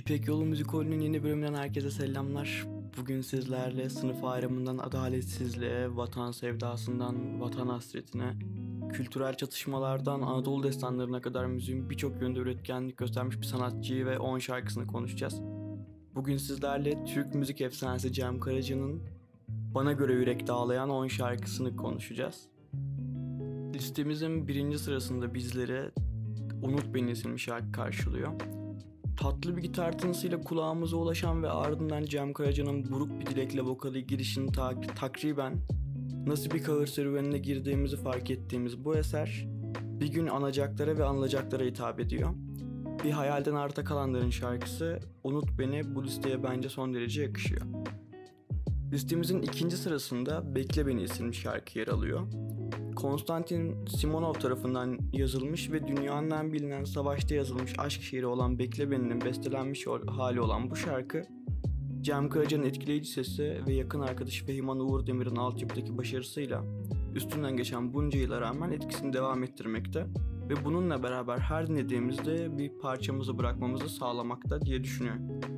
İpek Yolu Müzikolü'nün yeni bölümünden herkese selamlar. Bugün sizlerle sınıf ayrımından adaletsizliğe, vatan sevdasından vatan hasretine, kültürel çatışmalardan Anadolu destanlarına kadar müziğin birçok yönde üretkenlik göstermiş bir sanatçıyı ve 10 şarkısını konuşacağız. Bugün sizlerle Türk müzik efsanesi Cem Karaca'nın bana göre yürek dağlayan 10 şarkısını konuşacağız. Listemizin birinci sırasında bizlere Unut Beni isimli şarkı karşılıyor. Tatlı bir gitar tınısıyla kulağımıza ulaşan ve ardından Cem Karaca'nın buruk bir dilekle vokali girişini takriben nasıl bir kahır serüvenine girdiğimizi fark ettiğimiz bu eser bir gün anacaklara ve anılacaklara hitap ediyor. Bir hayalden arta kalanların şarkısı Unut Beni bu listeye bence son derece yakışıyor. Listemizin ikinci sırasında Bekle Beni isimli şarkı yer alıyor. Konstantin Simonov tarafından yazılmış ve dünyanın en bilinen savaşta yazılmış aşk şiiri olan Bekle Beni'nin bestelenmiş hali olan bu şarkı, Cem Karaca'nın etkileyici sesi ve yakın arkadaşı Fehiman Uğurdemir'in altyapıdaki başarısıyla üstünden geçen bunca yıla rağmen etkisini devam ettirmekte ve bununla beraber her dinlediğimizde bir parçamızı bırakmamızı sağlamakta diye düşünüyorum.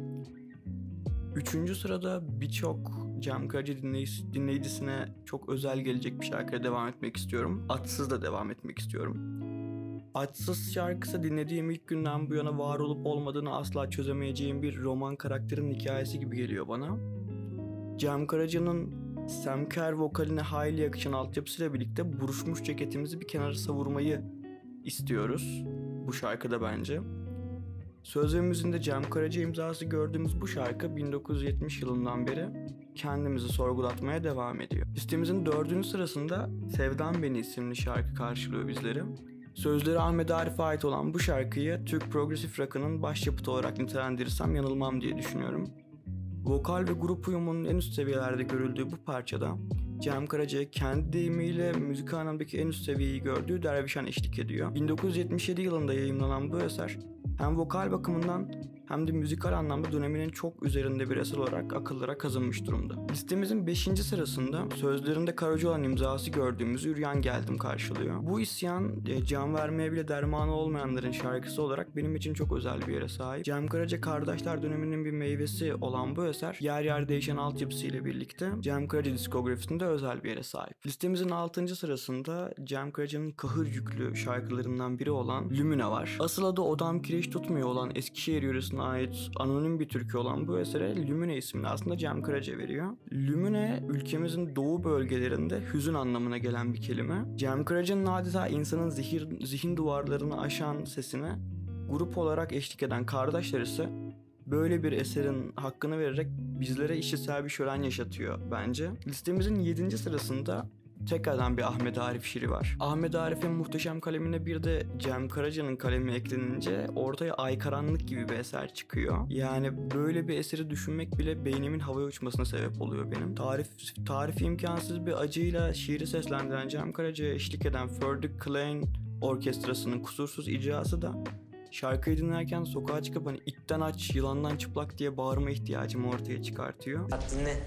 Üçüncü sırada birçok Cem Karaca dinleyicisine çok özel gelecek bir şarkıya devam etmek istiyorum. Atsız da devam etmek istiyorum. Atsız şarkısı dinlediğim ilk günden bu yana var olup olmadığını asla çözemeyeceğim bir roman karakterinin hikayesi gibi geliyor bana. Cem Karaca'nın semker vokaline hayli yakışan altyapısıyla birlikte buruşmuş ceketimizi bir kenara savurmayı istiyoruz bu şarkıda bence. Söz ve müziğinde Cem Karaca imzası gördüğümüz bu şarkı 1970 yılından beri kendimizi sorgulatmaya devam ediyor. Listemizin dördüncü sırasında Sevdam Beni isimli şarkı karşılıyor bizleri. Sözleri Ahmet Arif'e ait olan bu şarkıyı Türk progresif rock'ının başyapıtı olarak nitelendirirsem yanılmam diye düşünüyorum. Vokal ve grup uyumunun en üst seviyelerde görüldüğü bu parçada Cem Karaca'ya kendi deyimiyle müzik anlamdaki en üst seviyeyi gördüğü Dervişan eşlik ediyor. 1977 yılında yayımlanan bu eser hem vokal bakımından hem de müzikal anlamda döneminin çok üzerinde bir eser olarak akıllara kazınmış durumda. Listemizin 5. sırasında sözlerinde Karaca olan imzası gördüğümüz Üryan Geldim karşılıyor. Bu isyan can vermeye bile dermanı olmayanların şarkısı olarak benim için çok özel bir yere sahip. Cem Karaca kardeşler döneminin bir meyvesi olan bu eser yer yer değişen altyapısıyla birlikte Cem Karaca diskografisinde özel bir yere sahip. Listemizin 6. sırasında Cem Karaca'nın kahır yüklü şarkılarından biri olan Lümüne var. Asıl adı Odam Kireç Tutmuyor olan Eskişehir yöresine ait anonim bir türkü olan bu esere Lümüne ismini aslında Cem Karaca veriyor. Lümüne ülkemizin doğu bölgelerinde hüzün anlamına gelen bir kelime. Cem Karaca'nın adeta insanın zihin duvarlarını aşan sesine grup olarak eşlik eden kardeşler ise böyle bir eserin hakkını vererek bizlere işitsel bir şölen yaşatıyor bence. Listemizin 7. sırasında tekrardan bir Ahmet Arif şiiri var. Ahmet Arif'in muhteşem kalemine bir de Cem Karaca'nın kalemi eklenince ortaya Ay Karanlık gibi bir eser çıkıyor. Yani böyle bir eseri düşünmek bile beynimin havaya uçmasına sebep oluyor benim. Tarifi imkansız bir acıyla şiiri seslendiren Cem Karaca'ya eşlik eden Ferdi Klein orkestrasının kusursuz icrası da şarkıyı dinlerken sokağa çıkıp hani itten aç, yılandan çıplak diye bağırma ihtiyacımı ortaya çıkartıyor. Dinle.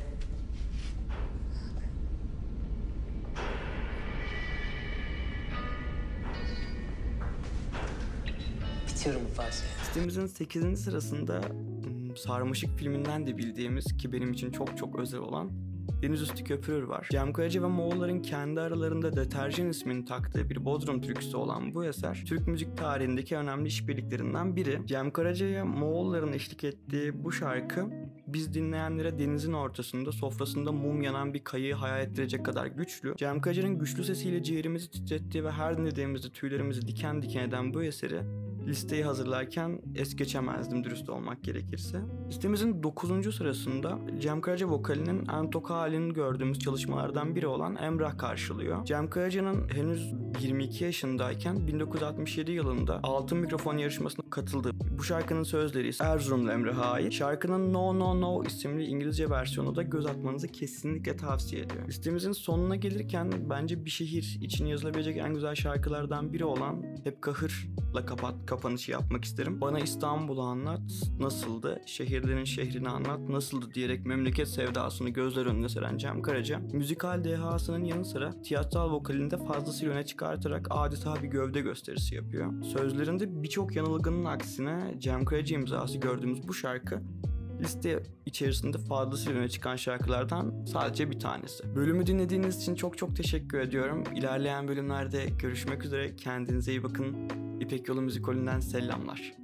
Bitiyorum bu fazla. Listemizin 8. sırasında Sarmaşık filminden de bildiğimiz ki benim için çok çok özel olan Deniz Üstü Köpürür var. Cem Karaca ve Moğolların kendi aralarında Deterjan ismini taktığı bir Bodrum türküsü olan bu eser Türk müzik tarihindeki önemli işbirliklerinden biri. Cem Karaca'ya Moğolların eşlik ettiği bu şarkı biz dinleyenlere denizin ortasında sofrasında mum yanan bir kayığı hayal ettirecek kadar güçlü. Cem Karaca'nın güçlü sesiyle ciğerimizi titrettiği ve her dinlediğimizde tüylerimizi diken diken eden bu eseri listeyi hazırlarken es geçemezdim dürüst olmak gerekirse. Listemizin 9. sırasında Cem Karaca vokalinin en tok halini gördüğümüz çalışmalardan biri olan Emrah karşılıyor. Cem Karaca'nın henüz 22 yaşındayken 1967 yılında Altın Mikrofon yarışmasına katıldı. Bu şarkının sözleri ise Erzurumlu Emrah'a ait. Şarkının No No No isimli İngilizce versiyonu da göz atmanızı kesinlikle tavsiye ediyorum. Listemizin sonuna gelirken bence bir şehir için yazılabilecek en güzel şarkılardan biri olan Hep Kahır'la kapanışı yapmak isterim. Bana İstanbul'u anlat nasıldı, şehirlerin şehrini anlat nasıldı diyerek memleket sevdasını gözler önüne seren Cem Karaca, müzikal dehasının yanı sıra tiyatral vokalinde fazlasıyla öne çıkan çıkartarak adeta bir gövde gösterisi yapıyor. Sözlerinde birçok yanılgının aksine Cem Karaca imzası gördüğümüz bu şarkı liste içerisinde fazlasıyla öne çıkan şarkılardan sadece bir tanesi. Bölümü dinlediğiniz için çok çok teşekkür ediyorum. İlerleyen bölümlerde görüşmek üzere. Kendinize iyi bakın. İpek Yolu Müzikolü'nden selamlar.